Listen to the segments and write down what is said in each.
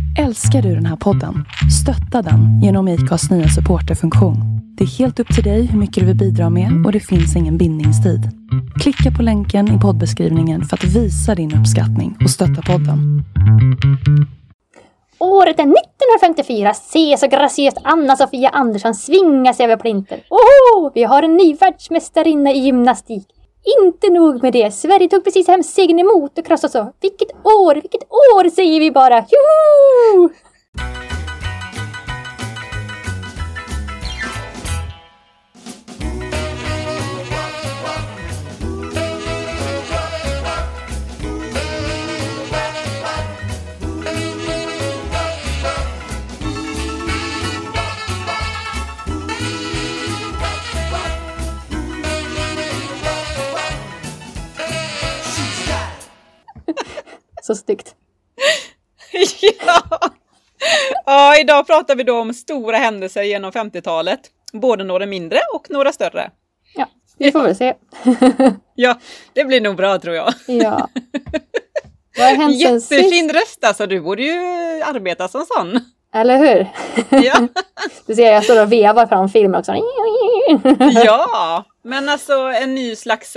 Älskar du den här podden? Stötta den genom ICAs nya supporterfunktion. Det är helt upp till dig hur mycket du vill bidra med och det finns ingen bindningstid. Klicka på länken i poddbeskrivningen för att visa din uppskattning och stötta podden. Året är 1954. Se så graciöst Anna-Sofia Andersson svingar sig över plinten. Oho! Vi har en ny världsmästarinna i gymnastik. Inte nog med det. Sverige tog precis hem segern i motocross och så. Vilket år säger vi bara. Juhu! Så styggt. Ja, idag pratar vi då om stora händelser genom 50-talet. Både några mindre och några större. Ja, vi får väl se. Ja, det blir nog bra tror jag. Ja. Vad har hänt sen sist? Jättefin röst alltså, du borde ju arbeta som sån. Eller hur? Ja. Du ser, jag står och vevar fram filmen också. Ja, men alltså en ny slags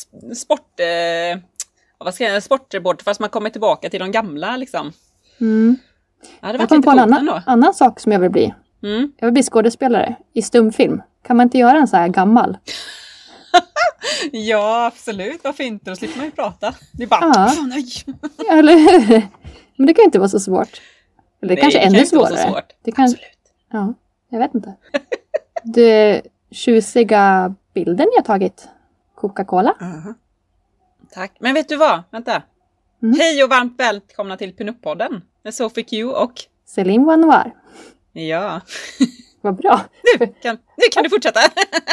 sportreporter fast man kommer tillbaka till de gamla liksom. Mm. Ja, det jag kom på en annan sak som jag vill bli. Mm. Jag vill bli skådespelare i stumfilm. Kan man inte göra en så här gammal? Ja, absolut. Varför inte? Då slipper man ju prata. Det är bara, nej. Eller hur? Men det kan inte vara så svårt. Eller det kanske är ännu svårare. Det kan... Absolut. Ja, jag vet inte. Det tjusiga bilden jag tagit. Coca-Cola. Uh-huh. Tack. Men vet du vad? Vänta. Hej och varmt välkomna till Pinup-podden med Sophie Q och Céline Vanoir. Ja. Vad bra. Nu kan du fortsätta.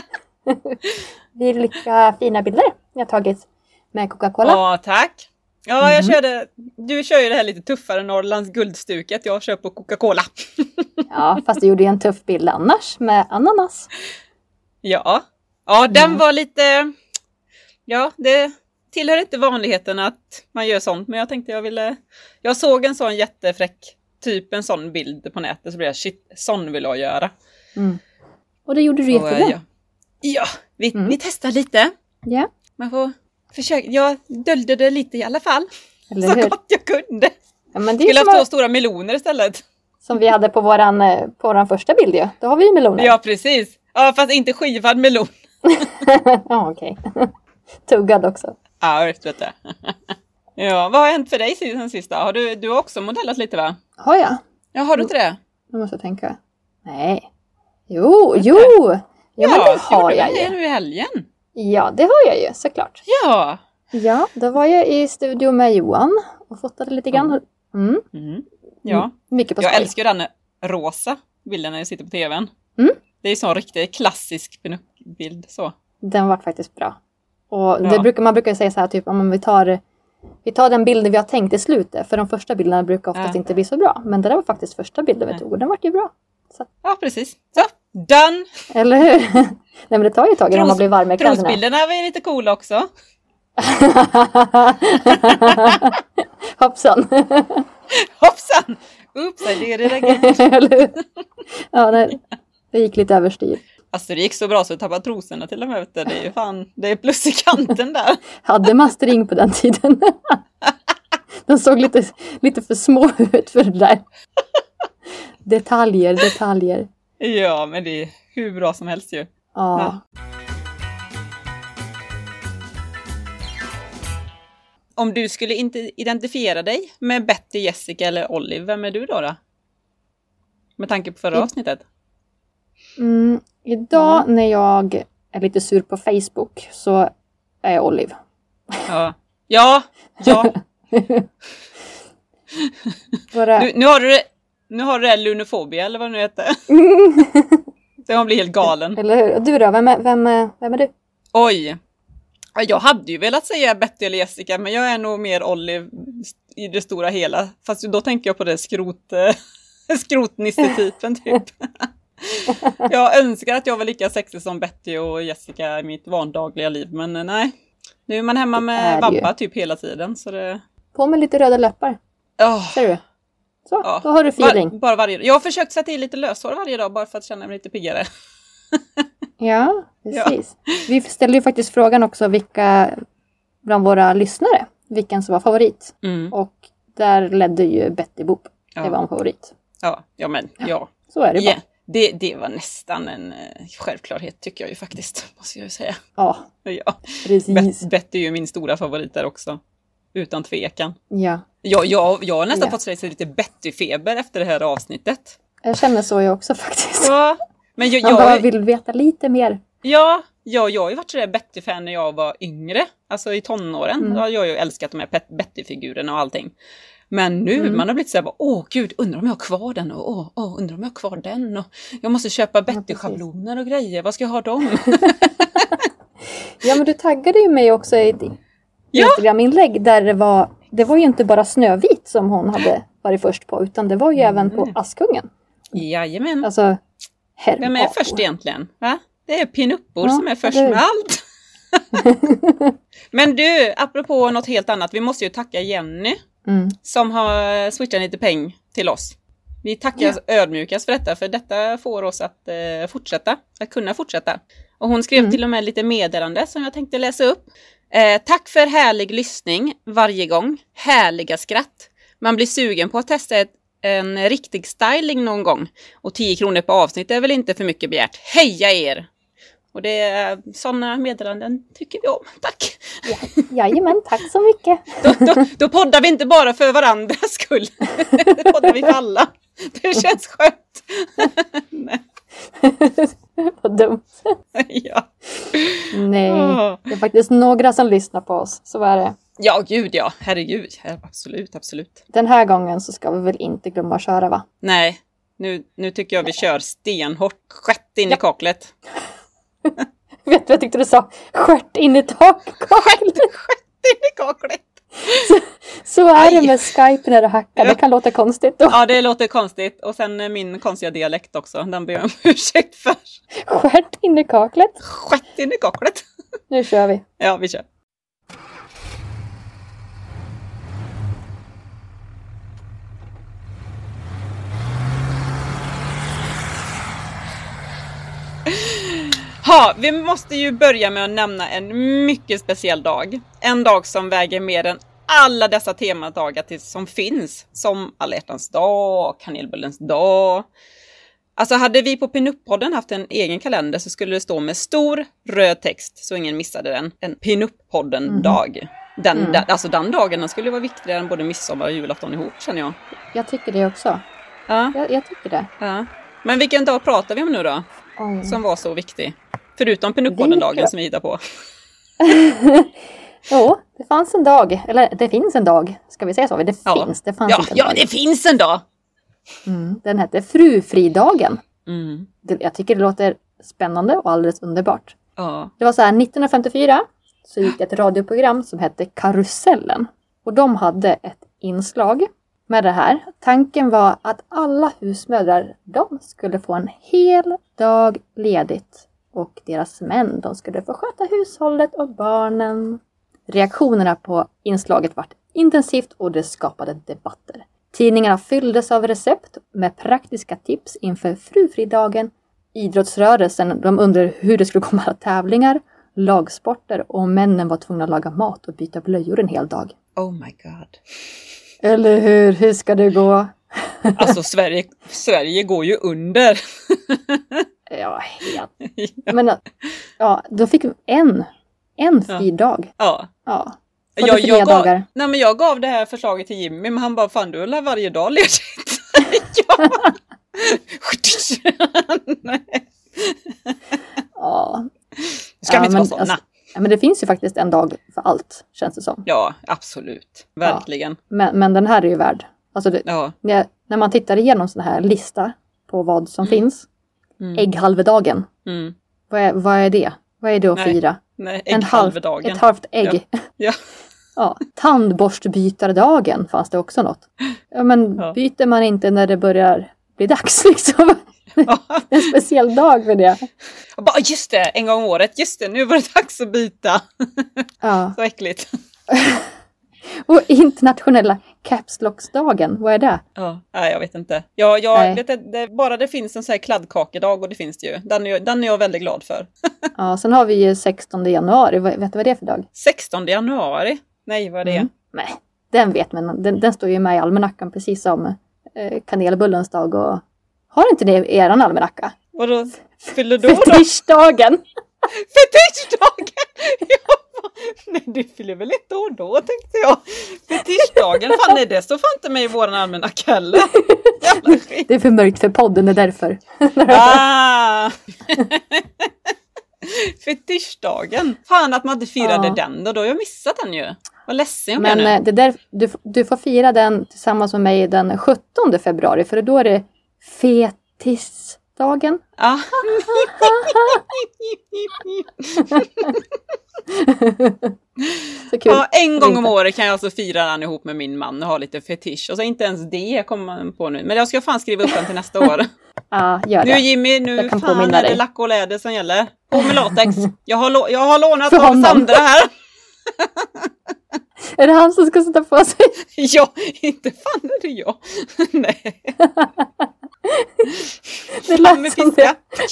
Det är lika fina bilder jag tagit med Coca-Cola. Ja, tack. Ja, du kör ju det här lite tuffare Norrlands guldstuket. Jag kör på Coca-Cola. Ja, fast du gjorde ju en tuff bild annars med ananas. Ja, den var lite... Ja, det tillhör inte vanligheten att man gör sånt. Men jag tänkte jag såg en sån jättefräck, typ en sån bild på nätet. Så blev jag, shit, sån vill jag göra. Mm. Och det gjorde du jättebra. Ja, vi testar lite. Ja. Man får försöka. Jag döljde det lite i alla fall. Eller så hur? gott jag kunde. Ja, men det skulle ha 2 stora meloner istället. Som vi hade på våran första bild ju. Då har vi ju meloner. Ja, precis. Ja, fast inte skivad melon. Ja, okej. Tuggad också. Ja, vet du. Ja, vad har hänt för dig sen sista? Har du har också modellat lite, va? Har jag? Ja, har du inte det? Jag måste tänka. Nej. Jo. Ja, men det har jag ju. Det nu i helgen. Ja, det har jag ju, såklart. Ja. Ja, då var jag i studio med Johan och fotade lite grann. Ja. Mycket på skoj. Jag älskar den rosa bilden när jag sitter på tvn. Det är en sån riktigt klassisk bild så. Den var faktiskt bra. Och man brukar säga så här typ om vi tar den bilden vi har tänkt i slutet. För de första bilderna brukar oftast inte bli så bra. Men det där var faktiskt första bilden vi tog och den var ju bra. Så. Ja, precis. Så, done! Eller hur? Nej, men det tar ju ett tag innan man blir varm i kläderna. Trosbilderna var lite coola också. Hoppsan! Hoppsan! Oops, I did it again. Eller hur? Ja, det gick lite överstyr. Alltså det gick så bra så jag tappade trosorna till och med. Det är ju fan, det är plus i kanten där. Hade man string på den tiden? De såg lite för små ut för det där. Detaljer. Ja, men det är hur bra som helst ju. Ja. Om du skulle inte identifiera dig med Betty, Jessica eller Olive, vem är du då? Med tanke på förra avsnittet. Idag när jag är lite sur på Facebook så är jag Olive. Ja. Nu har du det lunofobia eller vad det nu heter. Det har blivit helt galen. Eller hur? Och du då? Vem är du? Oj. Jag hade ju velat säga Betty eller Jessica, men jag är nog mer Olive i det stora hela. Fast då tänker jag på det skrotnisse-typen typ. Jag önskar att jag var lika sexig som Betty och Jessica i mitt vandagliga liv, men nej. Nu är man hemma med Vabba typ hela tiden. Så det... På med lite röda läppar. Ser du? Så, Ja. då har du feeling. Bara varje dag. Jag har försökt sätta i lite löshår varje dag bara för att känna mig lite piggare. Ja, precis. Vi ställde ju faktiskt frågan också vilka bland våra lyssnare, vilken som var favorit. Och där ledde ju Betty Boop. Det var en favorit. Ja, men ja. Så är det bara. Det var nästan en självklarhet tycker jag ju faktiskt, måste jag ju säga. Ja, precis. Betty är ju min stora favorit där också. Utan tvekan. Ja. Jag har nästan fått säga lite Betty-feber efter det här avsnittet. Jag känner så jag också faktiskt. Ja, men jag vill veta lite mer. Ja, jag har ju varit sådär Betty-fan när jag var yngre. Alltså i tonåren. Då har jag ju älskat de här Betty-figurerna och allting. Men nu, man har blivit såhär, åh gud, undrar om jag har kvar den och undrar om jag har kvar den och jag måste köpa Betty-schabloner och grejer, vad ska jag ha dem? Ja, men du taggade ju mig också i ett Instagram-inlägg där det var ju inte bara Snövit som hon hade varit först på, utan det var ju även på Askungen. Jajamän. Alltså, vem är först egentligen? Va? Det är pinuppor som är först med allt. Men du, apropå något helt annat, vi måste ju tacka Jenny som har switchat lite peng till oss. Vi tackar ödmjukast för detta, för detta får oss att kunna fortsätta. Och hon skrev till och med lite meddelande som jag tänkte läsa upp. Tack för härlig lyssning varje gång. Härliga skratt. Man blir sugen på att testa en riktig styling någon gång. Och 10 kronor på avsnitt är väl inte för mycket begärt. Heja er! Och det är sådana meddelanden tycker vi om. Tack! Jajamän, tack så mycket. Då poddar vi inte bara för varandras skull. Det poddar vi för alla. Det känns skönt. Nej. Vad dumt. Ja. Nej, det är faktiskt några som lyssnar på oss. Så är det. Ja, gud ja. Herregud. Absolut. Den här gången så ska vi väl inte glömma att köra, va? Nej, nu tycker jag vi kör stenhårt. Skätt in i kaklet. Vet du vad jag tyckte du sa? Skärt in i kaklet. Skätt in i kaklet. Så är det med Skype när det hackar. Det kan låta konstigt då. Ja, det låter konstigt. Och sen min konstiga dialekt också. Den ber jag om ursäkt för. Skärt in i kaklet. Skätt in i kaklet. Nu kör vi. Ja, vi kör. Vi måste ju börja med att nämna en mycket speciell dag. En dag som väger mer än alla dessa temadagar som finns. Som alla hjärtans dag, kanelbullens dag. Alltså hade vi på Pinup-podden haft en egen kalender så skulle det stå med stor röd text så ingen missade den. En Pinup-podden-dag. Alltså den dagen skulle vara viktigare än både midsommar och julafton ihop, känner jag. Jag tycker det också. Ja. Jag tycker det. Ja. Men vilken dag pratar vi om nu då? Som var så viktig. Förutom Pinup-podden-dagen som vi hittar på. Jo, det fanns en dag. Eller det finns en dag. Ska vi säga så? Det fanns inte en dag. Det finns en dag! Den hette Frufridagen. Jag tycker det låter spännande och alldeles underbart. Det var så här, 1954 så gick det ett radioprogram som hette Karusellen. Och de hade ett inslag med det här. Tanken var att alla husmödrar, de skulle få en hel dag ledigt. Och deras män, de skulle få sköta hushållet och barnen. Reaktionerna på inslaget var intensivt och det skapade debatter. Tidningarna fylldes av recept med praktiska tips inför Frufridagen. Idrottsrörelsen, de undrade hur det skulle komma alla tävlingar, lagsporter och männen var tvungna att laga mat och byta blöjor en hel dag. Oh my god. Eller hur ska det gå? Alltså Sverige går ju under. Ja, helt. Men då fick vi en fri dag. Ja. Jag gav det här förslaget till Jimmy, men han bara, fan du har varje dag ledigt. Ska vi inte vara sådana? Alltså, men det finns ju faktiskt en dag för allt, känns det som. Ja, absolut. Verkligen. Men den här är ju värd. Alltså när man tittar igenom sån här lista på vad som finns. Ägghalvedagen. Vad är det? Vad är det att fira? Nej, ägghalvedagen. Ett halvt ägg. Ja. Tandborstbytardagen fanns det också något. Ja, men byter man inte när det börjar bli dags liksom? En speciell dag för det. Bara, just det, en gång om året. Just det, nu var det dags att byta. Så äckligt. Och internationella Caps Locks-dagen, vad är det? Ja, nej, jag vet inte. Jag vet att bara det finns en sån här kladdkakedag, och det finns det ju. Den är jag väldigt glad för. Ja, sen har vi ju 16 januari. Vet du vad det är för dag? 16 januari? Nej, vad är det? Nej, den vet man. Den står ju med i almanackan precis som kanelbullens dag. Och har inte det i eran almanacka? Och då fyller då? Fetischdagen! Fetischdagen! Nej, det fyller väl inte år då, tänkte jag. Fetischdagen, fan nej, det står fan inte med i våran almanacka heller. Det är för mörkt för podden, det är därför. Ah! Fetischdagen. Fan att man inte firade den då har jag missat den ju. Vad ledsen jag men nu. Det där, du får fira den tillsammans med mig den 17 februari, för då är det fetischdagen. Ah. Så kul. Ja, en gång om året kan jag alltså fira den ihop med min man och ha lite fetisch. Och så inte ens det kommer man på nu. Men jag ska fan skriva upp den till nästa år. Ja, gör det. Nu Jimmy, nu fan är det lack och läder som gäller. Och med latex. Jag har lånat av Sandra här. Är det han som ska sätta på sig? Ja, inte fan är det jag. Nej. Det lät som det.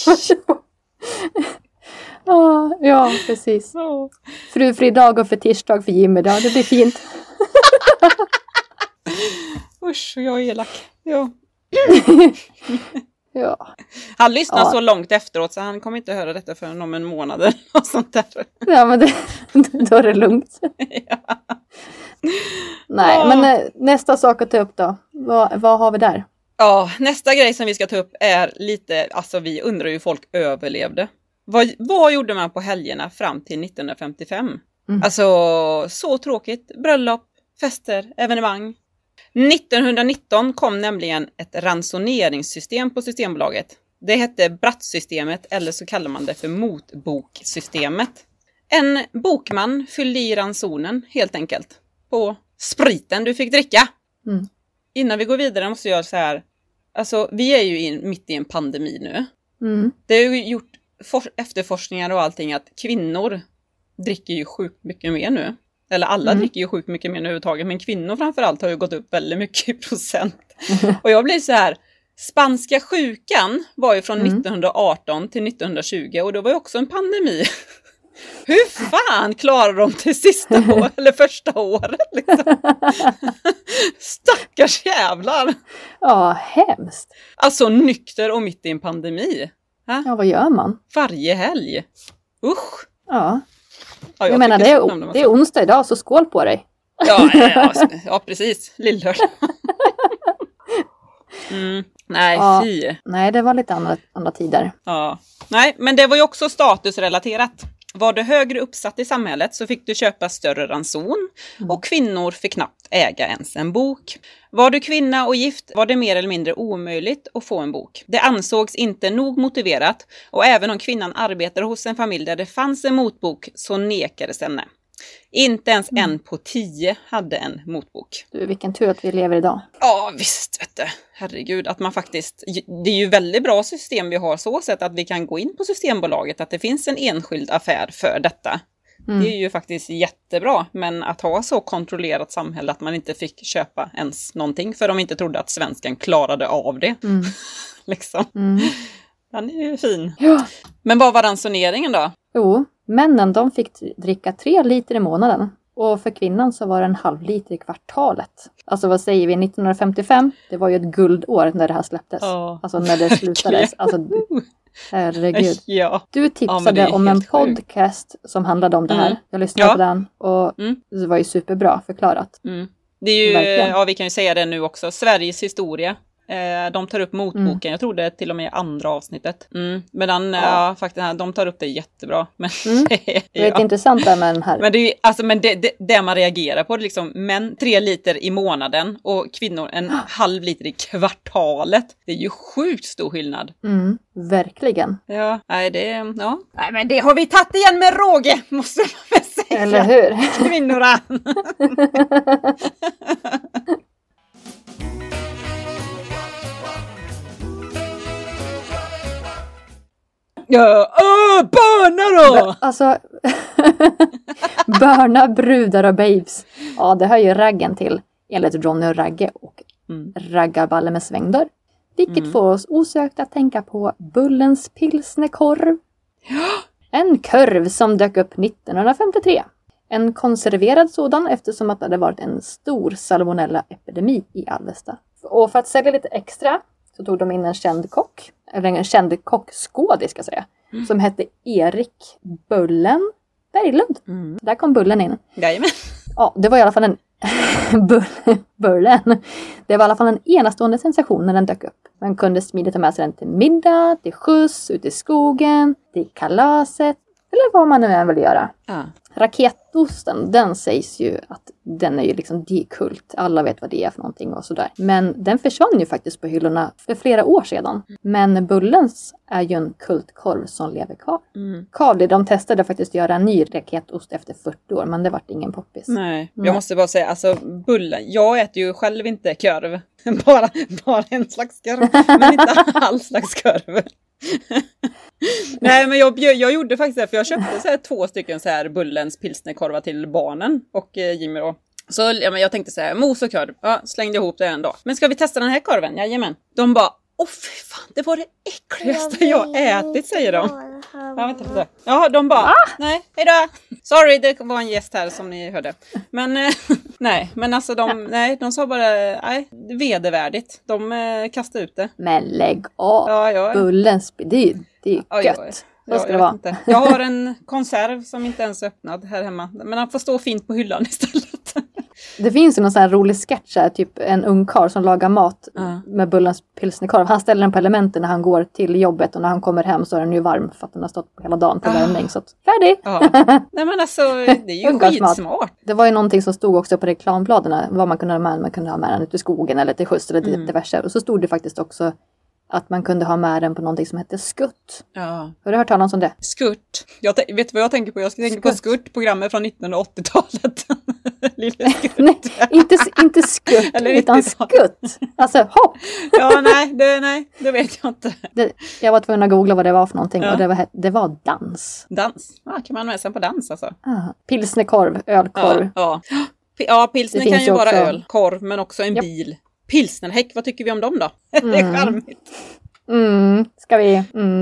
Ja, precis. Frufri dag och fetischdag för Jimmy då. Det blir fint. Usch, jag är elak. Ja. Ja. Han lyssnar så långt efteråt så han kommer inte höra detta förrän om en månad och sånt där. Ja, men då är det lugnt. Ja. Nej, men nästa sak att ta upp då. Vad har vi där? Ja, nästa grej som vi ska ta upp är lite, alltså vi undrar ju folk överlevde. Vad gjorde man på helgerna fram till 1955? Alltså, så tråkigt. Bröllop, fester, evenemang. 1919 kom nämligen ett ransoneringssystem på Systembolaget. Det hette Brattsystemet, eller så kallar man det för motboksystemet. En bokman fyllde i ransonen helt enkelt på spriten du fick dricka. Innan vi går vidare måste jag så här, alltså vi är ju mitt i en pandemi nu. Det har ju gjort efterforskningar och allting att kvinnor dricker ju sjukt mycket mer nu. Eller alla dricker ju sjukt mycket mer överhuvudtaget. Men kvinnor framförallt har ju gått upp väldigt mycket i procent. Och jag blir så här, spanska sjukan var ju från 1918 till 1920. Och då var ju också en pandemi. Hur fan klarar de till sista år, eller första året liksom? Stackars jävlar. Ja, hemskt. Alltså nykter och mitt i en pandemi. Ja, vad gör man? Varje helg. Usch. Ja. Ja, jag menar, det är onsdag idag, så skål på dig. Ja precis. Lillhör. Nej, fy. Nej, det var lite andra tider. Ja. Nej, men det var ju också statusrelaterat. Var du högre uppsatt i samhället så fick du köpa större ranson och kvinnor fick knappt äga ens en bok. Var du kvinna och gift var det mer eller mindre omöjligt att få en bok. Det ansågs inte nog motiverat och även om kvinnan arbetade hos en familj där det fanns en motbok så nekades henne. Inte ens en på 10 hade en motbok. Du, vilken tur att vi lever idag. Ja, visst vet du. Herregud, att man faktiskt... Det är ju väldigt bra system vi har så sätt att vi kan gå in på Systembolaget. Att det finns en enskild affär för detta. Det är ju faktiskt jättebra. Men att ha så kontrollerat samhälle att man inte fick köpa ens någonting. För de inte trodde att svenskan klarade av det. Liksom. Den är ju fin. Ja. Men vad var ransoneringen då? Jo, männen de fick dricka 3 liter i månaden. Och för kvinnan så var det 1,5 liter i kvartalet. Alltså vad säger vi, 1955? Det var ju ett guldår när det här släpptes. Alltså när det slutades. Alltså, herregud. Ja. Du tipsade om en podcast som handlade om det här. Jag lyssnade på den och det var ju superbra förklarat. Det är ju, vi kan ju säga det nu också, Sveriges historia. De tar upp motboken, jag tror det är till och med andra avsnittet. Men faktiskt, de tar upp det jättebra. Men, det är intressant där med den här. Men det är ju, alltså, men det man reagerar på, det liksom, män 3 liter i månaden och kvinnor 1,5 liter i kvartalet. Det är ju sjukt stor skillnad. Verkligen. Ja, nej Nej, men det har vi tagit igen med råge, måste man väl säga. Eller hur? Kvinnorna. Ja, böna då! Alltså, Börna, brudar och babes. Ja, det hör ju raggen till. Enligt Ronny och Ragge och raggarballe med svängdörr. Vilket får oss osökt att tänka på Bullens pilsnerkorv. En korv som dök upp 1953. En konserverad sådan eftersom att det hade varit en stor salmonella-epidemi i Alvesta. Och för att sälja lite extra så tog de in en känd kock. Eller en känd kockskådis ska jag säga. Som hette Erik Bullen Berglund. Där kom Bullen in. Jajamän. Ja, det var i alla fall en Bullen. Det var i alla fall en enastående sensation när den dök upp. Man kunde smidigt ta med sig den till middag, till skjuts, ut i skogen, till kalaset. Eller vad man nu än vill göra. Ja. Raketosten, den sägs ju att den är ju liksom dekult. Alla vet vad det är för någonting och sådär. Men den försvann ju faktiskt på hyllorna för flera år sedan. Men Bullens är ju en kultkorv som lever kvar. Carly, de testade faktiskt att göra en ny raketost efter 40 år. Men det vart ingen poppis. Nej, jag måste bara säga, alltså Bullen, jag äter ju själv inte korv. bara en slags korv. Men inte all slags korv. Nej, men jag gjorde faktiskt det, för jag köpte så här 2 stycken så här Bullens pilsnerkorvar till barnen och Jimmy då. Så ja, men jag tänkte så här, mos och korv, ja, slängde ihop det en dag. Men ska vi testa den här korven? Jajamän. De bara, åh fy fan, det var det äckligaste jag ätit, säger de. Ja, vänta på det. Ja, de bara, nej, hejdå. Sorry, det var en gäst här som ni hörde. Men nej, men alltså de sa bara, nej, vedervärdigt. De kastade ut det. Men lägg av. Ja. Bullens, det är gött. Vad ska det vara? Inte. Jag har en konserv som inte ens är öppnad här hemma. Men han får stå fint på hyllan istället. Det finns ju någon sån här rolig sketch här, typ en ung karl som lagar mat med Bullens pilsnerkorv. Han ställer den på elementen när han går till jobbet och när han kommer hem så är den ju varm för att den har stått på hela dagen på värmning. Så att, färdig! Ja. Nej men alltså, det är ju skitsmart. Det var ju någonting som stod också på reklambladen, vad man kunde ha med. Man kunde ha med den ute i skogen eller till skjuts eller diverse. Och så stod det faktiskt också att man kunde ha med den på någonting som hette skutt. Ja. Har du hört talas om det? Skutt. Vet du vad jag tänker på? Jag ska tänka på Skutt, programmet från 1980-talet. Lille Skutt. Nej, inte skutt, utan skutt. Alltså hopp. Ja, nej, det vet jag inte. Jag var tvungen att googla vad det var för någonting. Ja. Och det var dans. Dans? Ja, kan man med sig på dans alltså? Pilsnerkorv, ölkorv. Ja, pilsner kan ju vara öl, korv, men också en bil. Pilsnerhäck, vad tycker vi om dem då? Det är charmigt. Ska vi?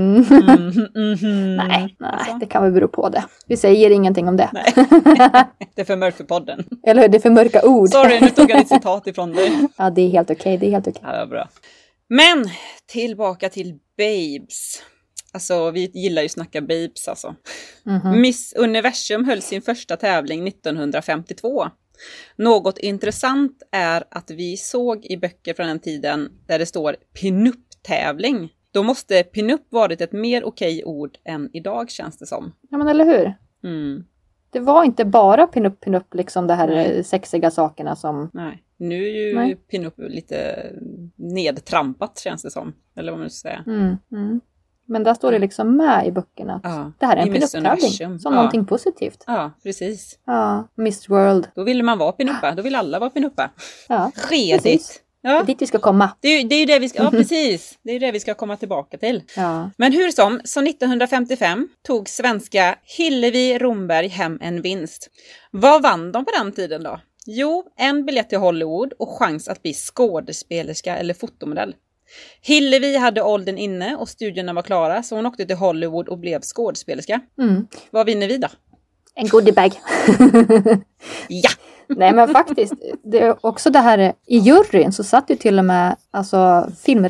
Nej, alltså. Det kan väl bero på det. Vi säger ingenting om det. Nej. Det är för mörkt för podden. Eller hur, det är för mörka ord. Sorry, nu tog jag ett citat ifrån dig. Ja, det är helt okej. Ja, det är bra. Men, tillbaka till babes. Alltså, vi gillar ju snacka babes alltså. Miss Universum höll sin första tävling 1952. Något intressant är att vi såg i böcker från den tiden där det står pinup-tävling. Då måste pinup varit ett mer okej ord än idag, känns det som. Ja, men eller hur? Det var inte bara pinup liksom det här sexiga sakerna som... Nej, nu är ju pinup lite nedtrampat, känns det som. Eller vad man ska säga. Men där står det liksom med i böckerna att det här är en pinup-tävling som någonting positivt. Ja, precis. Ja, Miss World. Då ville man vara pinuppa. Då vill alla vara pinuppa. Ja, redigt. Ja. Det är dit vi ska komma. Det är ju det vi ska, ja precis. Det är ju det vi ska komma tillbaka till. Ja. Men hur som, så 1955 tog svenska Hillevi Romberg hem en vinst. Vad vann de på den tiden då? Jo, en biljett till Hollywood och chans att bli skådespelerska eller fotomodell. Hillevi hade åldern inne och studierna var klara, så hon åkte till Hollywood och blev skådespelerska. Vad vinner vi då? En goodiebag. Ja! Nej, men faktiskt, det är också det här, i juryn så satt ju till och med alltså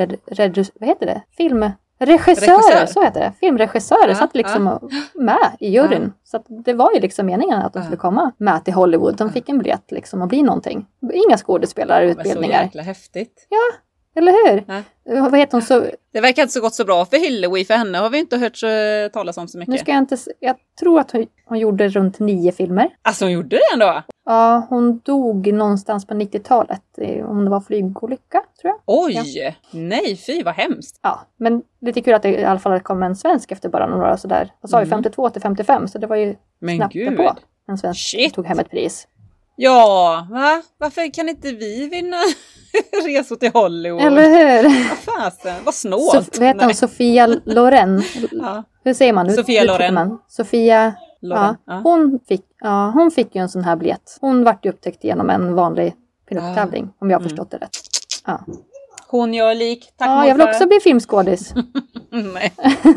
filmregissörer, så heter det. Filmregissörer satt liksom med i juryn. Så att det var ju liksom meningen att de skulle komma med till Hollywood. De fick en biljett liksom och bli någonting. Inga skådespelarutbildningar. Så jäkla häftigt. Ja, eller hur? Vad heter hon så? Det verkar inte så gott så bra för Hillevi, för henne har vi inte hört så talas om så mycket. Nu ska jag tror att hon gjorde runt 9 filmer. Alltså hon gjorde det ändå? Ja, hon dog någonstans på 90-talet. Om det var flygolycka, tror jag. Oj! Nej, fy vad hemskt. Ja, men lite kul att det i alla fall kom en svensk efter bara några år sådär. Jag sa ju 52 till 55, så det var ju snabbt på. En svensk tog hem ett pris. Ja, va? Varför kan inte vi vinna resor till Hollywood? Eller hur? Vad fasen, vad snålt. Vad heter hon? Sofia Loren. Hur säger man? Sofia Loren. Sofia Loren. Hon fick Ja, hon fick ju en sån här biljett. Hon vart ju upptäckt genom en vanlig pinup-tävling, om jag har förstått det rätt. Ja. Hon gör lik. Tack Ja, jag vill också bli filmskådis. Nej.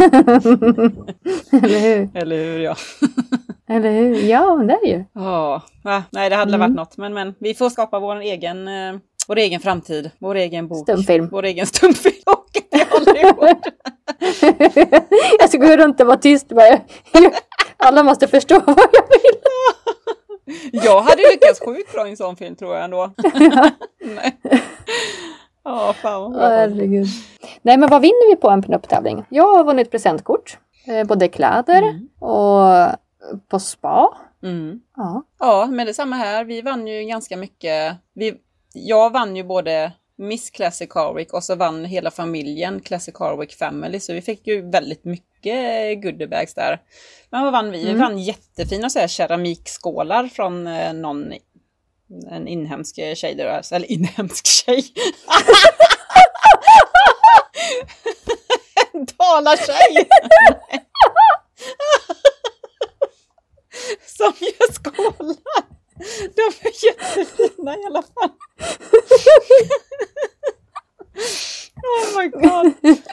Eller hur? Eller hur, ja. Eller hur? Ja, det är ju. Ja, nej det hade varit något. Men vi får skapa vår egen framtid. Vår egen bok. Stumfilm. Vår egen stumfilm. Och det Hollywood. Jag ska gå runt och vara tyst. Alla måste förstå vad jag vill. Jag hade lyckats sjukt bra i en sån film, tror jag ändå. Nej. Ja, fan. Herregud. Nej, men vad vinner vi på en pinup-tävling? Jag har vunnit presentkort. Både kläder och på spa. Mm. Ja, men det är samma här. Vi vann ju ganska mycket. Jag vann ju både Miss Classic Carwick och så vann hela familjen Classic Carwick Family. Så vi fick ju väldigt mycket goodiebags där. Men vad vann vi? Vi vann jättefina så här keramikskålar från en inhemsk tjej där. Eller inhemsk tjej. En talartjej. Som gör skålar. De är jättefina i alla fall. Oh my god.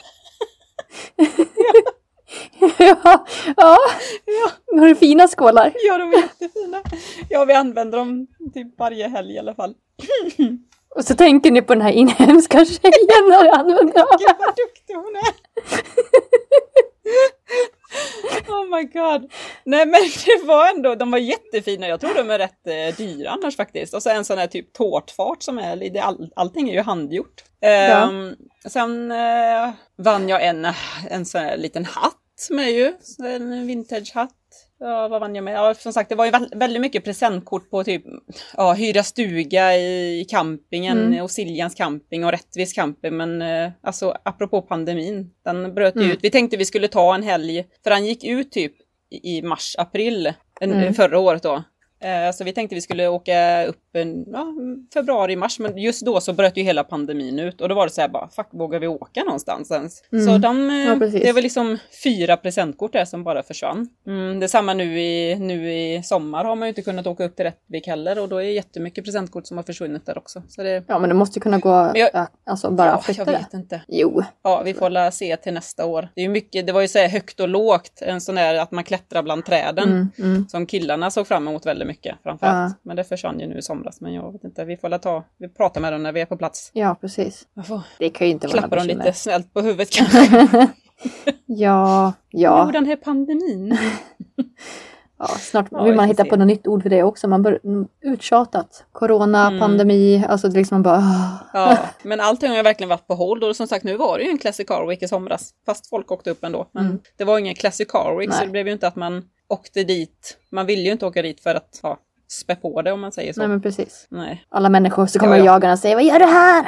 Ja. Har du fina skålar? Ja, de är jättefina. Ja, vi använder dem typ varje helg i alla fall. Och så tänker ni på den här inhemska tjejen när du använder dem. Gud vad duktig hon är. Oh my god. Nej, men det var ändå, de var jättefina. Jag tror de är rätt dyra annars faktiskt. Och så en sån här typ tårtfart som är, allting är ju handgjort. Sen vann jag en sån här liten hatt med ju. En vintage-hatt. Ja, vad vann jag med? Ja, som sagt, det var ju väldigt mycket presentkort på typ hyra stuga i campingen och Siljans camping och Rättvis camping. Men alltså, apropå pandemin, den bröt ut. Vi tänkte vi skulle ta en helg, för han gick ut typ i mars-april förra året då. Så vi tänkte vi skulle åka upp februari-mars, men just då så bröt ju hela pandemin ut och då var det så här bara, fuck, vågar vi åka någonstans ens? Så det var liksom 4 presentkort där som bara försvann. Det är samma nu i sommar har man ju inte kunnat åka upp till Rättvik heller och då är det jättemycket presentkort som har försvunnit där också. Så det... Ja, men det måste ju kunna gå flytta jag vet inte. Jo. Ja, vi får se till nästa år. Det är ju mycket, det var ju så här högt och lågt, en sån där att man klättrar bland träden som killarna såg fram emot väldigt mycket framförallt. Men det försvann ju nu i somras, men jag vet inte, vi pratar med dem när vi är på plats. Ja, precis. Det kan ju inte vara klappa dem lite snällt på huvudet kanske. Ja. Jo, den här pandemin. Ja, snart vill man hitta på något nytt ord för det också. Man bör uttjatat. Corona, pandemi, alltså det liksom bara... Ja, men allting har ju verkligen varit på hold. Och som sagt, nu var det ju en Classic Car Week i somras. Fast folk åkte upp ändå. Men det var ingen Classic Car Week, så det blev ju inte att man åkte dit. Man ville ju inte åka dit för att spä på det, om man säger så. Nej, men precis. Nej. Alla människor så kommer jagarna och säger, vad gör du här?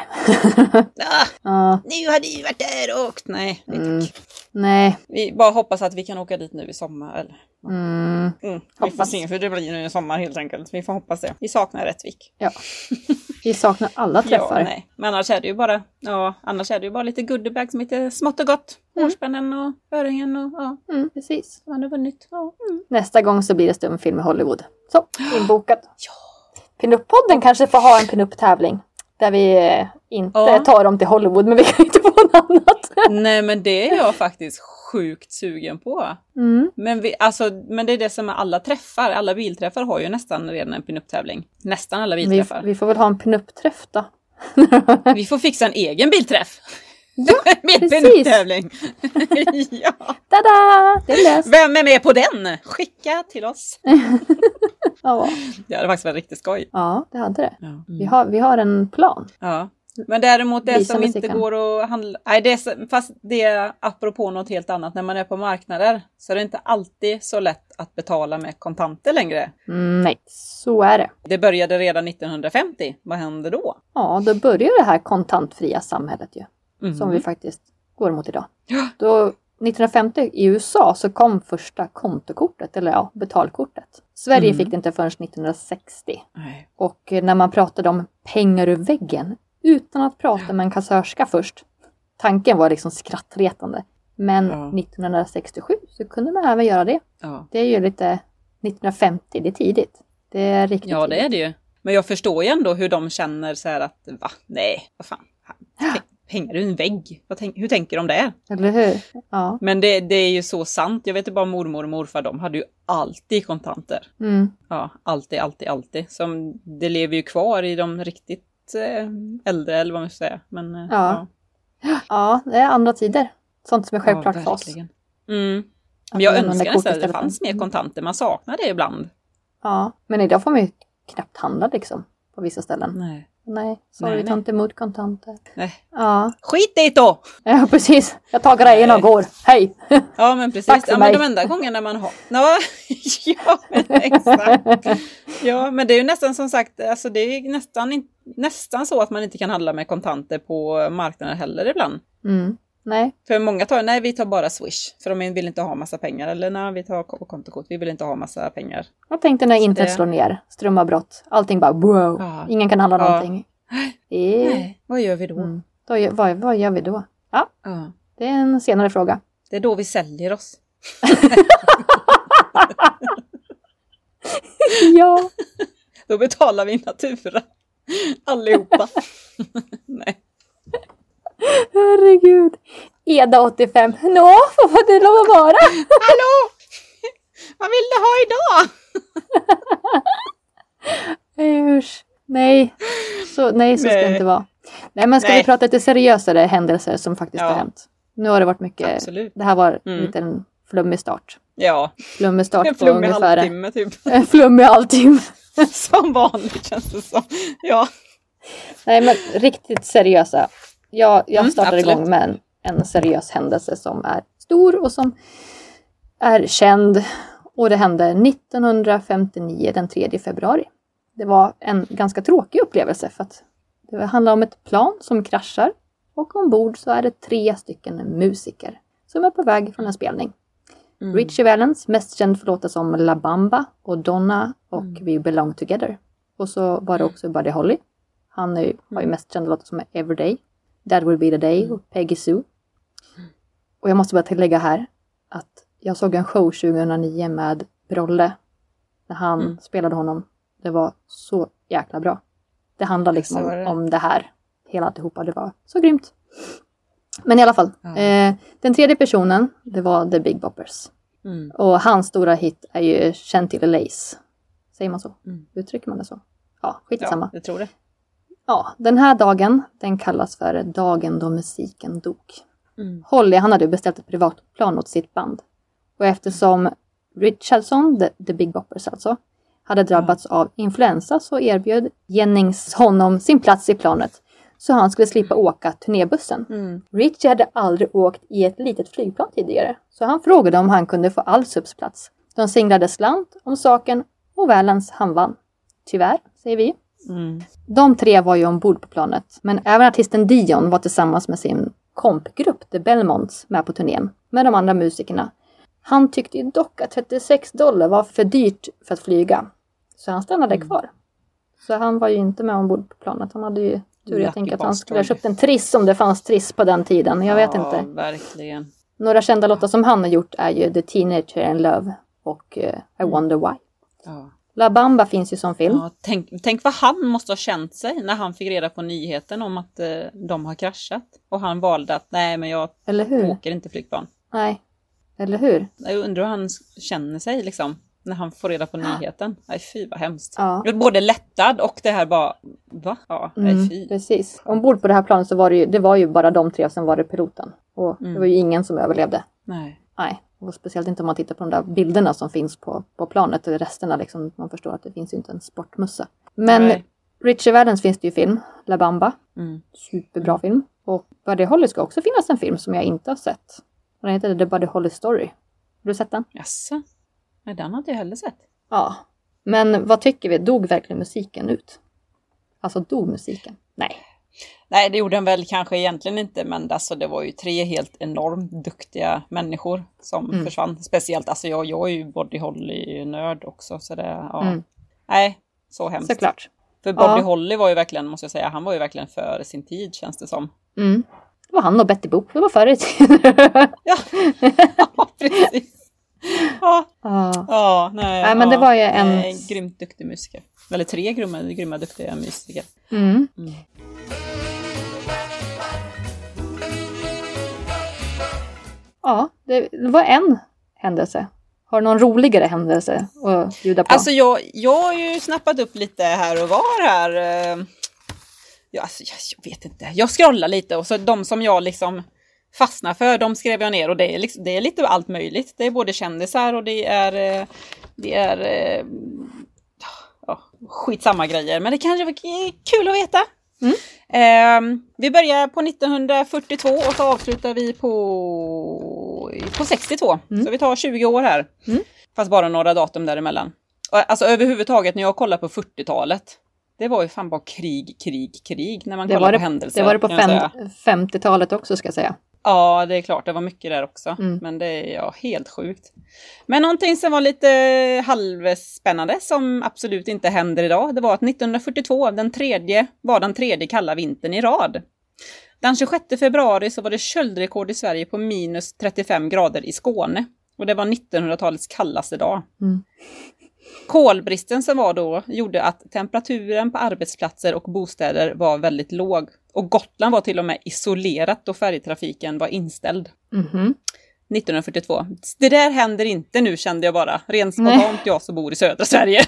Nu hade ju varit där och åkt. Nej, tack. Nej. Vi bara hoppas att vi kan åka dit nu i sommar. Eller? Vi får se, för det blir nu i sommar helt enkelt. Vi får hoppas det. Vi saknar Rättvik. Ja. Vi saknar alla träffar. Nej. Men annars är det ju bara lite goodiebags som lite smått och gott. Hårspännen och öringen och precis. Man har vunnit. Nästa gång så blir det stumfilm i Hollywood. Så, inbokat. Ja. Pinup-podden kanske får ha en pinup-tävling. Där vi inte tar dem till Hollywood, men vi kan inte få något annat. Nej, men det är jag faktiskt sjukt sugen på. Men det är det som är alla träffar. Alla bilträffar har ju nästan redan en pinup-tävling. Nästan alla bilträffar. Vi får väl ha en pinup-träff då. Vi får fixa en egen bilträff. Ja, med precis. pinup-tävling. Ja. Tada! Det är löst. Vem är med på den? Skicka till oss. Ja. Det hade faktiskt varit riktigt skoj. Ja, det hade det. Ja. Vi har en plan. Ja. Men däremot det som inte går att handla... Nej, fast det är apropå något helt annat. När man är på marknader så är det inte alltid så lätt att betala med kontanter längre. Nej, så är det. Det började redan 1950. Vad hände då? Ja, då började det här kontantfria samhället ju. Som vi faktiskt går mot idag. Ja. Då 1950 i USA så kom första kontokortet, eller betalkortet. Sverige fick det inte förrän 1960. Nej. Och när man pratade om pengar ur väggen, utan att prata med en kassörska först. Tanken var liksom skrattretande. Men 1967 så kunde man även göra det. Ja. Det är ju lite 1950, det är tidigt. Det är riktigt Ja, det tidigt. är det ju. Men jag förstår ju ändå hur de känner så här att, va? Nej, vad fan. Hänger du en vägg? Hur tänker de det? Eller hur? Ja. Men det är ju så sant. Jag vet ju bara mormor och morfar, de hade ju alltid kontanter. Mm. Ja, alltid. Så det lever ju kvar i de riktigt äldre, eller vad man ska säga. Men, Ja. Ja, det är andra tider. Sånt som är självklart för oss. verkligen. Men Att jag man önskar använder nästan att det kortet fanns mer kontanter. Man saknar det ibland. Ja, men idag får man ju knappt handla liksom. På vissa ställen. Nej, sorry, Nej, vi tar nej. inte emot kontanter. Nej. Ja. Skit dit då! Ja, precis. Jag tar grejerna och går. Hej! Ja, men precis. Tack för Ja, mig. men de enda gångerna man har... Ja, men exakt. Ja, men det är ju nästan som sagt, alltså det är nästan så att man inte kan handla med kontanter på marknaden heller ibland. Mm. Nej. För många vi tar bara Swish. För de vill inte ha massa pengar. Eller nej, vi tar kontokort. Vi vill inte ha massa pengar. Jag tänkte när internet slår ner. Strömavbrott. Allting bara wow. Ja. Ingen kan handla någonting. Nej, vad gör vi då? Mm. Vad gör vi då? Ja, Ja. det är en senare fråga. Det är då vi säljer oss. Ja. Då betalar vi natura. Allihopa. Nej. Herregud. Eda 85. Nå, vad får det lov att vara? Hallå! Vad vill du ha idag? Usch. Nej. Så ska det inte vara. Nej, men ska vi prata lite seriösare händelser som faktiskt har hänt? Nu har det varit mycket. Absolut. Det här var lite en flummig start. Ja. Flummig start En på flummig ungefär. halvtimme typ. En flummig halvtimme. Som vanligt känns det som. Ja. Nej, men riktigt seriösa. Jag startar absolut. igång med en seriös händelse som är stor och som är känd. Och det hände 1959, den 3 februari. Det var en ganska tråkig upplevelse för att det handlar om ett plan som kraschar. Och ombord så är det 3 stycken musiker som är på väg från en spelning. Richie Valens, mest känd för låtar som La Bamba och Donna och We Belong Together. Och så var det också Buddy Holly. Han har ju mest kända låtar som Everyday, That Will Be The Day och Peggy Sue. Och jag måste bara tillägga här att jag såg en show 2009 med Brolle. När han spelade honom. Det var så jäkla bra. Det handlar liksom om det här. Hela alltihopa, det var så grymt. Men i alla fall. Den tredje personen, det var The Big Boppers. Och hans stora hit är ju Chantilly Lace. Säger man så? Uttrycker man det så? Ja, skitsamma. Ja, jag tror det. Ja, den här dagen, den kallas för dagen då musiken dog. Holly, han hade beställt ett privatplan åt sitt band. Och eftersom Richardson, The Big Boppers alltså, hade drabbats av influensa så erbjöd Jennings honom sin plats i planet. Så han skulle slippa åka turnébussen. Richie hade aldrig åkt i ett litet flygplan tidigare. Så han frågade om han kunde få Alsups plats. De singlade slant om saken och Valens han vann. Tyvärr, säger vi. De 3 var ju ombord på planet. Men även artisten Dion var tillsammans med sin kompgrupp The Belmonts med på turnén. Med de andra musikerna. Han tyckte ju dock att $36 var för dyrt för att flyga. Så han stannade kvar. Så han var ju inte med ombord på planet. Han hade ju tur, jag tänker att han skulle ha köpt en triss om det fanns triss på den tiden. Jag vet inte. Verkligen. Några kända låtar som han har gjort är ju The Teenager in Love och I Wonder Why. Ja. La Bamba finns ju som film. Ja, tänk vad han måste ha känt sig när han fick reda på nyheten om att de har kraschat. Och han valde att nej, men jag Eller hur? åker inte flygplan. Nej, eller hur? Jag undrar hur han känner sig liksom. När han får reda på nyheten. Nej, fy vad hemskt. Ja. Jag är både lättad och det här bara, va? Ja, nej, fy. Precis. Ombord på det här planet så var det var ju bara de 3 som var det piloten. Och det var ju ingen som överlevde. Nej. Nej, och speciellt inte om man tittar på de där bilderna som finns på planet. Och resterna liksom, man förstår att det finns ju inte en sportmussa. Men Richie Valens finns det ju film. La Bamba. Superbra film. Och Buddy Holly ska också finnas en film som jag inte har sett. Den heter The Buddy Holly Story. Har du sett den? Jaså? Nej, den hade jag heller sett. Ja. Men vad tycker vi? Dog verkligen musiken ut? Alltså dog musiken? Nej. Nej, det gjorde den väl kanske egentligen inte. Men alltså, det var ju 3 helt enormt duktiga människor som försvann. Speciellt, alltså jag är ju Buddy Holly-nörd också. Så det, nej, så hemskt. Såklart. För Buddy Holly var ju verkligen, måste jag säga, han var ju verkligen före sin tid, känns det som. Det var han och Betty Boop. Det var förr i tiden. Ja, precis. Nej, men det var ju en... grymt duktig musiker. Eller 3 grymma duktiga musiker. Ja, det var en händelse. Har du någon roligare händelse att bjuda på? Alltså jag har ju snappat upp lite här och var här. Jag vet inte. Jag scrollar lite och så de som jag liksom fastnar för, de skrev jag ner. Och det är lite allt möjligt. Det är både kändisar och det är skitsamma grejer. Men det kanske var kul att veta. Vi börjar på 1942 och så avslutar vi på 62. Så vi tar 20 år här. Fast bara några datum däremellan. Alltså överhuvudtaget när jag kollar på 40-talet. Det var ju fan bara krig när man kollar på händelser. Det var det på 50-talet också, ska jag säga. Ja, det är klart. Det var mycket där också. Men det är helt sjukt. Men någonting som var lite halvspännande som absolut inte händer idag. Det var att 1942, var den tredje kalla vintern i rad. Den 26 februari så var det köldrekord i Sverige på minus 35 grader i Skåne. Och det var 1900-talets kallaste dag. Kolbristen som var då gjorde att temperaturen på arbetsplatser och bostäder var väldigt låg. Och Gotland var till och med isolerat då färjetrafiken var inställd. 1942. Det där händer inte nu, kände jag bara. Rent spontant, jag som bor i södra Sverige.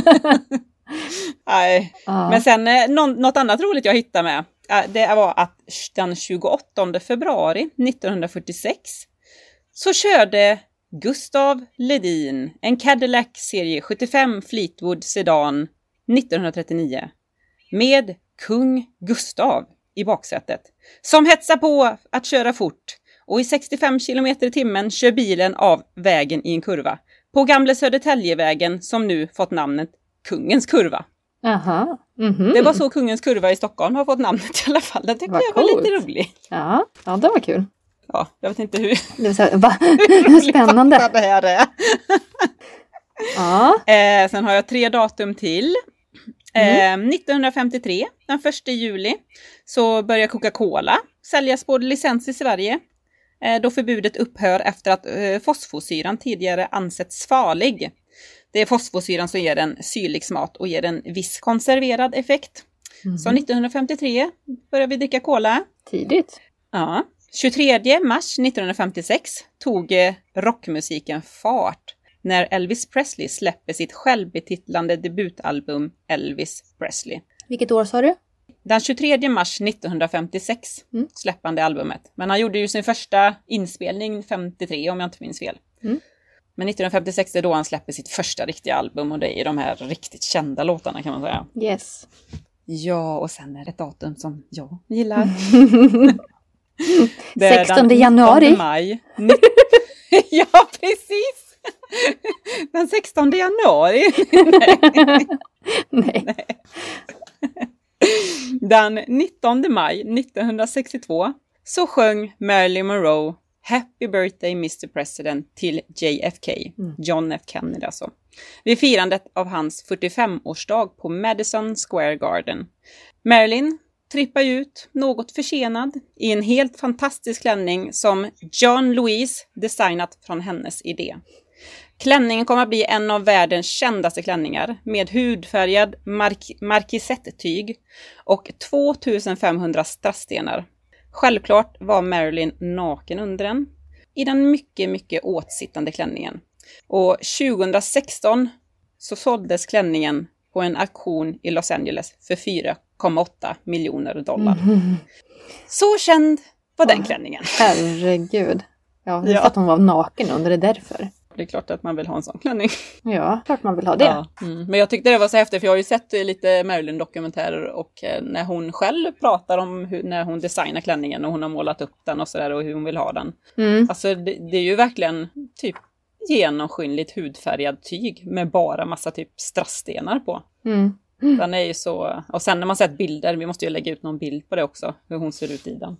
Nej. Men sen något annat roligt jag hittade med. Det var att den 28 februari 1946 så körde Gustav Ledin en Cadillac serie 75 Fleetwood Sedan 1939 med kung Gustav i baksätet som hetsar på att köra fort och i 65 km i timmen kör bilen av vägen i en kurva på gamla Södertäljevägen som nu fått namnet Kungens kurva. Det var så Kungens kurva i Stockholm har fått namnet i alla fall. Det tyckte jag var lite roligt. Ja, det var kul. Ja, jag vet inte hur. Det var spännande. Det här är. Sen har jag 3 datum till. 1953, den 1 juli, så börjar Coca-Cola säljas både licens i Sverige. Då förbudet upphör efter att fosforsyran tidigare ansetts farlig. Det är fosforsyran som ger en syrlig smak och ger en viss konserverad effekt. Så 1953 börjar vi dricka cola. Tidigt. Ja. 23 mars 1956 tog rockmusiken fart när Elvis Presley släpper sitt självbetitlande debutalbum Elvis Presley. Vilket år sa du? Den 23 mars 1956 släppande albumet. Men han gjorde ju sin första inspelning 53 om jag inte minns fel. Men 1956 är då han släpper sitt första riktiga album och det är de här riktigt kända låtarna kan man säga. Yes. Ja, och sen är det ett datum som jag gillar. 16 januari. 19 maj. Ja, precis. Den 16 januari. Nej. Den 19 maj 1962 så sjöng Marilyn Monroe Happy Birthday Mr. President till JFK, John F. Kennedy alltså. Vid firandet av hans 45-årsdag på Madison Square Garden. Marilyn trippar ut något försenad i en helt fantastisk klänning som John Louise designat från hennes idé. Klänningen kommer att bli en av världens kändaste klänningar med hudfärgad markisettyg och 2500 strassstenar. Självklart var Marilyn naken under den i den mycket, mycket åtsittande klänningen. Och 2016 så såldes klänningen på en auktion i Los Angeles för $4,8 miljoner. Så känd var den klänningen. Herregud. Ja, det är för att hon var naken under, det därför. Det är klart att man vill ha en sån klänning. Ja, klart man vill ha det. Ja. Men jag tyckte det var så häftigt för jag har ju sett lite Marilyn-dokumentärer och när hon själv pratar om när hon designar klänningen och hon har målat upp den och sådär och hur hon vill ha den. Alltså det är ju verkligen typ genomskinligt hudfärgad tyg med bara massa typ strassstenar på. Den är ju så, och sen när man sett bilder, vi måste ju lägga ut någon bild på det också, hur hon ser ut i den.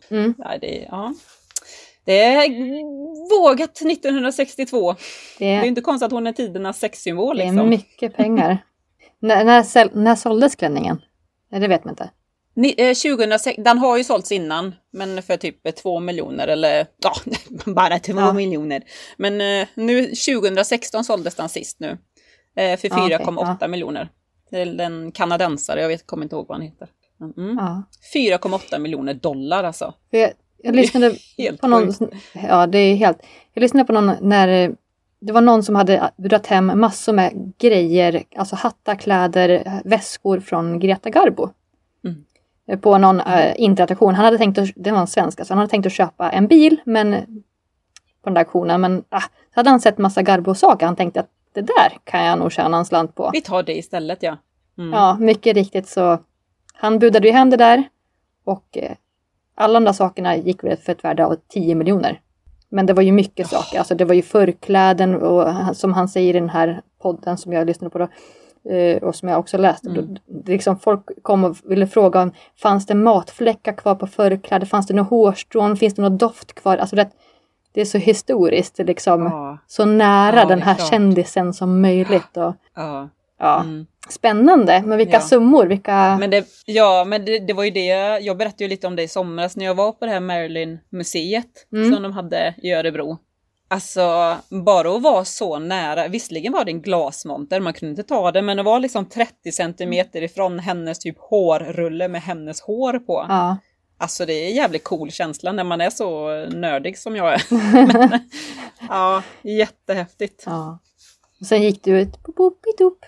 Det är vågat 1962. Det är inte konstigt att hon är tidernas sexsymbol. Det är mycket pengar. När såldes klänningen? Nej, det vet man inte. 2006, den har ju sålts innan, men för typ 2 miljoner eller bara 2 miljoner. Men nu 2016 såldes den sist nu för 4,8 miljoner. Det är en kanadensare, kommer inte ihåg vad han heter. 4,8 miljoner dollar alltså. Jag lyssnade på någon, det är helt. Jag lyssnade på någon när det var någon som hade budat hem massor med grejer, alltså hattar, kläder, väskor från Greta Garbo. På någon interaktion. Han hade tänkt det var en svensk, alltså han hade tänkt att köpa en bil, men på den där auktionen, men så hade han sett massa Garbo-saker. Han tänkte att det där kan jag nog tjäna en slant på. Vi tar det istället, ja. Ja, mycket riktigt, så han budade ju hem det där, och alla de där sakerna gick väl för ett värde av 10 miljoner. Men det var ju mycket saker, alltså det var ju förkläden, och som han säger i den här podden som jag lyssnade på då, och som jag också läste. Liksom folk kom och ville fråga om, fanns det matfläckar kvar på förkläder? Fanns det några hårstrån? Finns det något doft kvar? Alltså det är så historiskt, liksom, så nära den här kändisen som möjligt. Och, spännande, men vilka summor, vilka... Men det var ju det, jag berättade ju lite om det i somras när jag var på det här Marilyn-museet som de hade i Örebro. Alltså, bara att vara så nära, visserligen var det en glasmonter, man kunde inte ta det, men det var liksom 30 centimeter ifrån hennes typ hårrulle med hennes hår på. Ja. Alltså det är en jävligt cool känsla när man är så nördig som jag är. Men, jättehäftigt. Ja. Och sen gick du ut upp.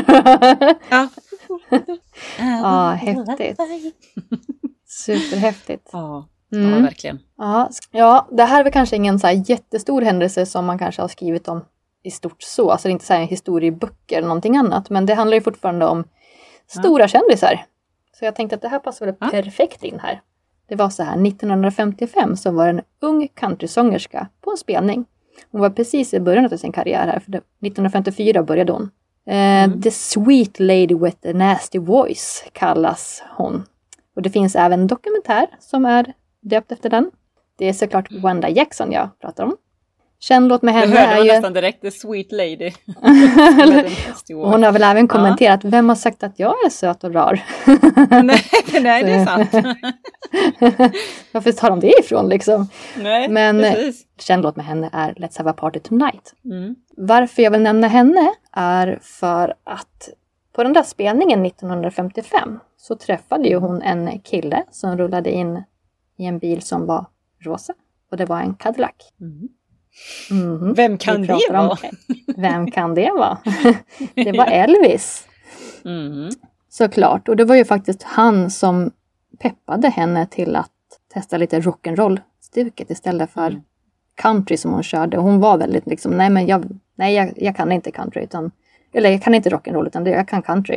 Ja, häftigt. Superhäftigt. Ja, verkligen. Ja, det här är väl kanske ingen så här jättestor händelse som man kanske har skrivit om i stort så. Alltså det är inte så här historieböcker eller någonting annat. Men det handlar ju fortfarande om stora kändisar. Så jag tänkte att det här passar väl perfekt in här. Det var så här, 1955 så var en ung countrysångerska på en spelning. Hon var precis i början av sin karriär här. För 1954 började hon. The Sweet Lady with a Nasty Voice kallas hon. Och det finns även en dokumentär som är döpt efter den. Det är såklart Wanda Jackson jag pratar om. Känd låt med henne är ju... nästan direkt, The Sweet Lady. Hon har väl även kommenterat, vem har sagt att jag är söt och rar? nej, det är sant. Varför tar de det ifrån liksom? Nej, men precis. Känd låt med henne är Let's Have a Party Tonight. Varför jag vill nämna henne är för att på den där spelningen 1955 så träffade ju hon en kille som rullade in i en bil som var rosa. Och det var en Cadillac. Vem kan det vara? Vem kan det vara? Det var Elvis. Såklart. Och det var ju faktiskt han som peppade henne till att testa lite rock'n'roll-stuket istället för country som hon körde. Hon var väldigt liksom, jag kan inte country eller jag kan inte rock'n'roll utan jag kan country.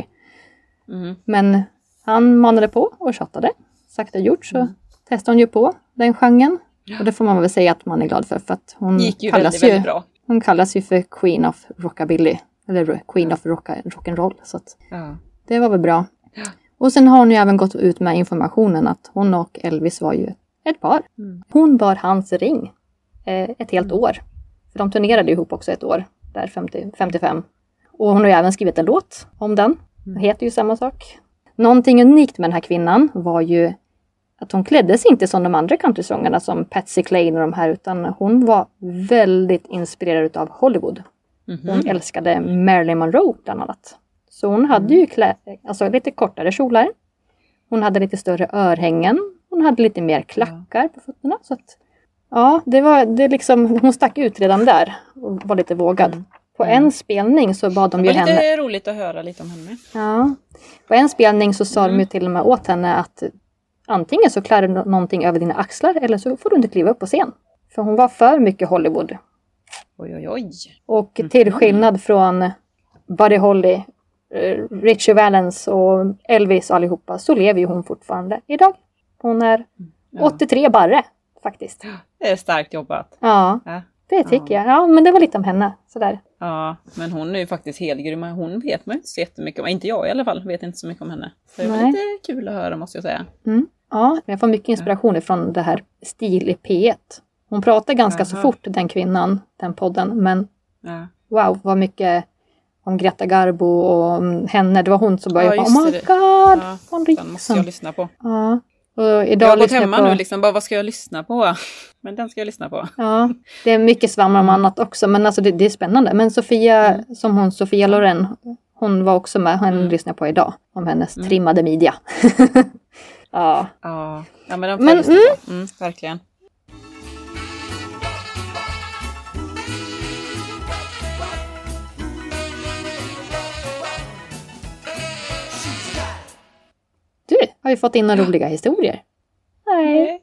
Men han manade på och tjatade. Sakta gjort så testade hon ju på den genren. Och det får man väl säga att man är glad för att hon gick ju kallas väldigt bra. Hon kallas ju för Queen of Rockabilly. Eller Queen of Rock'n'Roll. Så att det var väl bra. Och sen har hon ju även gått ut med informationen att hon och Elvis var ju ett par. Hon bar hans ring ett helt år. För de turnerade ihop också ett år. Där 55. Och hon har ju även skrivit en låt om den. Det heter ju samma sak. Någonting unikt med den här kvinnan var ju att hon klädde sig inte som de andra countrysångarna som Patsy Cline och de här, utan hon var väldigt inspirerad av Hollywood. Hon älskade Marilyn Monroe bland annat. Så hon hade ju alltså lite kortare kjolar. Hon hade lite större örhängen. Hon hade lite mer klackar på fötterna. Så att, det liksom, hon stack ut redan där och var lite vågad. På en spelning så bad de ju henne... Det är roligt att höra lite om henne. Ja. På en spelning så sa de ju till och med åt henne att antingen så klär du någonting över dina axlar eller så får du inte kliva upp på scen. För hon var för mycket Hollywood. Oj. Och till skillnad från Buddy Holly, Ritchie Valens och Elvis allihopa så lever ju hon fortfarande idag. Hon är 83 barre faktiskt. Det är starkt jobbat. Ja. Det tycker jag. Ja, men det var lite om henne. Sådär. Ja, men hon är ju faktiskt helt grym. Hon vet man inte så jättemycket om. Inte jag i alla fall. Vet inte så mycket om henne. Så det var lite kul att höra, måste jag säga. Ja, jag får mycket inspiration från det här Stil i P1. Hon pratar ganska så fort, den kvinnan, den podden. Men wow, vad mycket om Greta Garbo och om henne. Det var hon som började Ja, oh my just det. god, Ja, hon den måste jag lyssna på. Ja. Och idag Jag har gått lyssnar hemma på... nu liksom, bara vad ska jag lyssna på? Men den ska jag lyssna på. Ja, det är mycket svammar om annat också, men alltså det är spännande. Men Sofia, Sofia Loren, hon var också med, henne lyssnar på idag, om hennes trimmade midja. Ja. Ja, men den får jag lyssna på. Verkligen. Du, har vi fått in några roliga historier? Nej.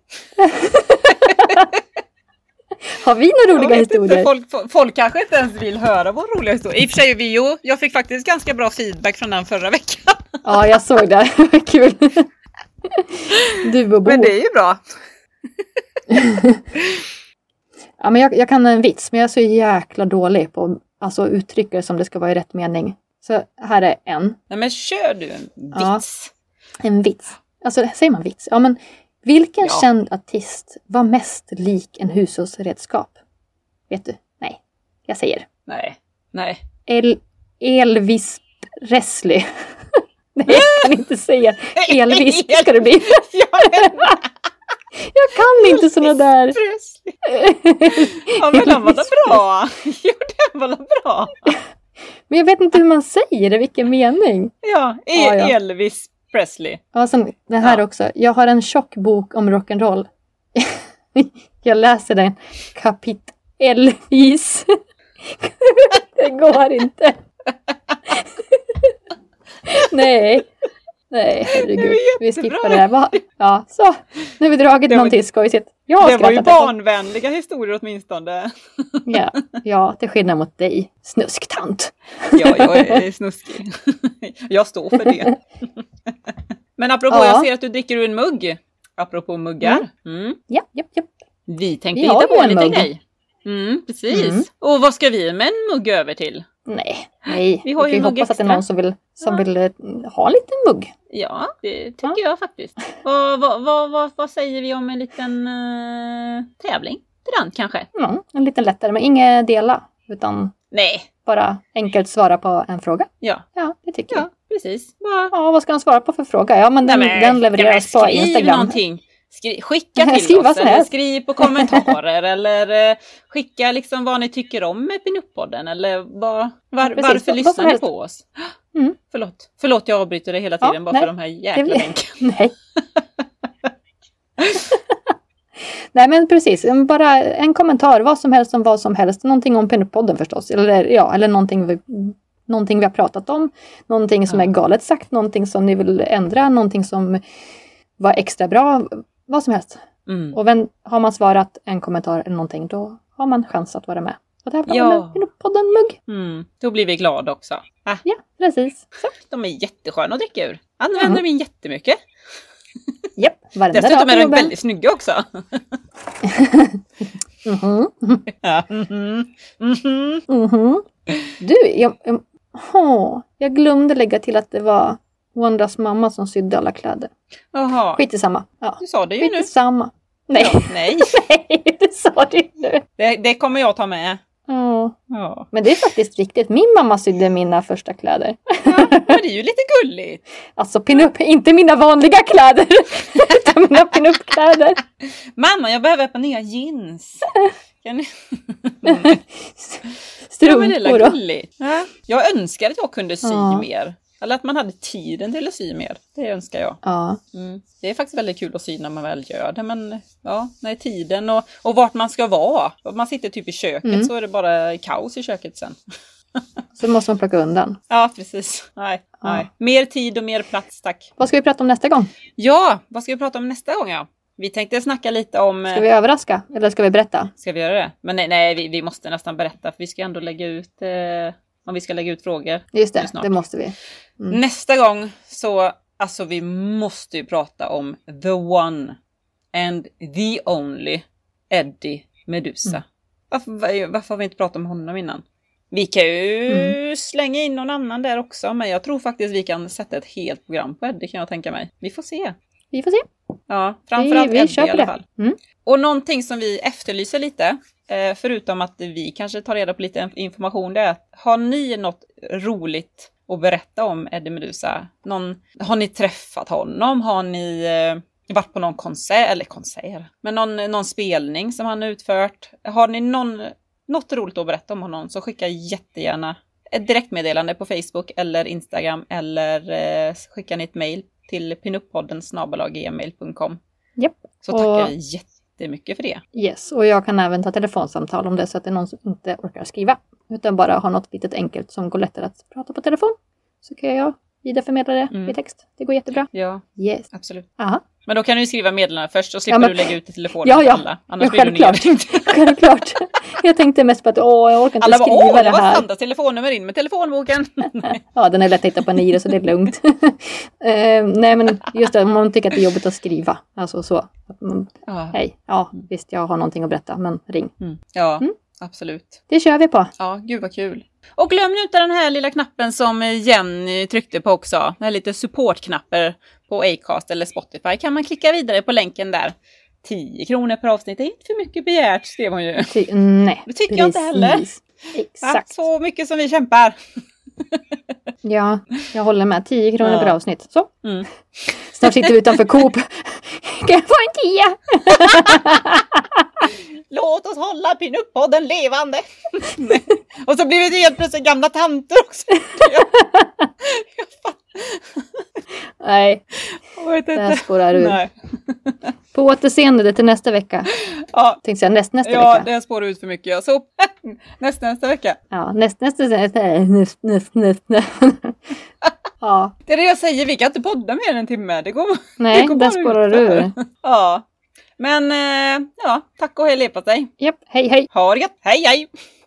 Har vi några roliga historier? Folk kanske inte ens vill höra vår roliga historia. I och för sig, jag fick faktiskt ganska bra feedback från den förra veckan. Ja, jag såg det. Kul. Du och Bo. Men det är ju bra. Ja, men jag kan en vits, men jag är så jäkla dålig på alltså uttrycker som det ska vara i rätt mening. Så här är en. Nej, men kör du en vits? Ja, en vits. Alltså, säger man vits? Ja, men vilken känd artist var mest lik en hushållsredskap? Vet du? Nej. Jag säger. Nej. Elvis Presley. Nej, jag kan inte säga. Elvis ska det bli. Jag kan inte såna där. Ja, men den var bra. Jo, den var bra. Men jag vet inte hur man säger det, vilken mening. Ja, Elvis Presley. Ja, sen det här också. Jag har en tjock bok om rock'n'roll. Jag läser den kapitelvis. Det går inte. Nej, herregud. Vi skippar det här. Ja, så. Nu har vi dragit någonting skojsigt. Det var ju barnvänliga historier åtminstone. Ja, till skillnad mot dig. Snusktant. Ja, jag är snuskig. Jag står för det. Men apropå, jag ser att du dricker ur en mugg. Apropå muggar. Ja. Vi tänkte hitta på en liten grej. Precis. Och vad ska vi med en mugg över till? Nej. Vi har ju hoppas att det är någon som vill ha en liten mugg. Ja, det tycker jag faktiskt. Vad säger vi om en liten tävling till den kanske? En liten lättare, men inga dela. Utan bara enkelt svara på en fråga. Ja, det tycker jag. Precis. Vad ska de svara på för fråga? Ja, men den levereras på Instagram. Någonting. Skicka till oss, eller skriv på kommentarer eller skicka liksom vad ni tycker om med Pinup-podden eller varför lyssnar ni på oss? Förlåt, jag avbryter det hela tiden bara för de här jäkla länken. Nej, men precis. Bara en kommentar, vad som helst om vad som helst. Någonting om Pinup-podden förstås. Eller någonting vi har pratat om. Någonting som är galet sagt. Någonting som ni vill ändra. Någonting som var extra bra. Vad som helst. Och har man svarat en kommentar eller någonting, då har man chans att vara med. Och det här var Pinup-podden mugg. Då blir vi glada också. Ja, precis. Så. De är jättesköna att dricka ur. Använder min jättemycket. Japp, dessutom är de väldigt snygga också. Du, jag glömde lägga till att det var Wandas mamma som sydde alla kläder. Jaha. Skit i samma. Ja. Du sa det ju nu. Skit i samma. Nej. Nej. Nej, det sa du nu. Det kommer jag ta med. Ja. Men det är faktiskt viktigt. Min mamma sydde mina första kläder. Ja, men det är ju lite gulligt. Alltså pinup, inte mina vanliga kläder. Utan mina pinup-kläder. Mamma, jag behöver ett par nya jeans. Strumpor. Ja, men det är gulligt. Ja. Jag önskar att jag kunde sy mer. Eller att man hade tiden till att sy mer. Det önskar jag. Ja. Det är faktiskt väldigt kul att sy när man väl gör det. Men när tiden och vart man ska vara. Om man sitter typ i köket så är det bara kaos i köket sen. Så måste man plocka undan. Ja, precis. Nej. Mer tid och mer plats, tack. Vad ska vi prata om nästa gång? Ja, vad ska vi prata om nästa gång? Ja? Vi tänkte snacka lite om... Ska vi överraska? Eller ska vi berätta? Ska vi göra det? Men nej, vi måste nästan berätta. För vi ska ändå lägga ut... om vi ska lägga ut frågor. Just det måste vi. Nästa gång så... Alltså vi måste ju prata om the one and the only Eddie Meduza. Varför har vi inte pratat om honom innan? Vi kan ju slänga in någon annan där också. Men jag tror faktiskt vi kan sätta ett helt program på Eddie, kan jag tänka mig. Vi får se. vi får se. Ja, framförallt vi LB i alla fall. Mm. Och någonting som vi efterlyser lite, förutom att vi kanske tar reda på lite information, det är att har ni något roligt att berätta om Eddie Meduza? Har ni träffat honom? Har ni varit på någon konsert, men någon spelning som han har utfört? Har ni något roligt att berätta om honom, så skicka jättegärna ett direktmeddelande på Facebook eller Instagram, eller skicka ni ett mejl till pinuppodden@gmail.com. Japp. Så tackar jag jättemycket för det. Yes, och jag kan även ta telefonsamtal om det, så att det är någon som inte orkar skriva, utan bara har något litet enkelt som går lättare att prata på telefon, så kan jag vidareförmedla det i text. Det går jättebra. Ja, yes. Absolut. Aha. Men då kan du skriva meddelanden först och slipper du lägga ut i telefonen ja, till alla. Annars blir självklart. du nedringd. Självklart. Jag tänkte mest på att jag orkar inte alla skriva bara, det här. Alla var Sandras telefonnummer in med telefonboken. Ja, den är lätt att hitta på Niro, så det är lugnt. Nej, men just det, om man tycker att det är jobbigt att skriva. Alltså så. Hej, visst, jag har någonting att berätta, men ring. Ja, absolut. Det kör vi på. Ja, gud vad kul. Och glöm nu inte den här lilla knappen som Jenny tryckte på också. Den här lite supportknappar på Acast eller Spotify. Kan man klicka vidare på länken där. 10 kronor per avsnitt. Det är inte för mycket begärt, skrev hon ju. Nej, det tycker jag inte heller. Exakt. Så mycket som vi kämpar. Ja, jag håller med. 10 kronor per avsnitt. Så. Snart sitter vi utanför Coop. Kan jag få en 10? Låt oss hålla Pinuppodden levande. Och så blir vi helt plötsligt gamla tanter också. Nej, det här spårar ur. Nej. På återseende till nästa vecka. Ja. Tänkte säga nästa vecka. Ja, det spårar ut för mycket. Så nästa vecka. Ja, nästa. Ja. Det är det jag säger, vi kan inte podda mer än en timme. Det går, nej, det där spårar ur. Ja. Men, tack och hej lepa dig. Japp, hej. Ha det gött, hej.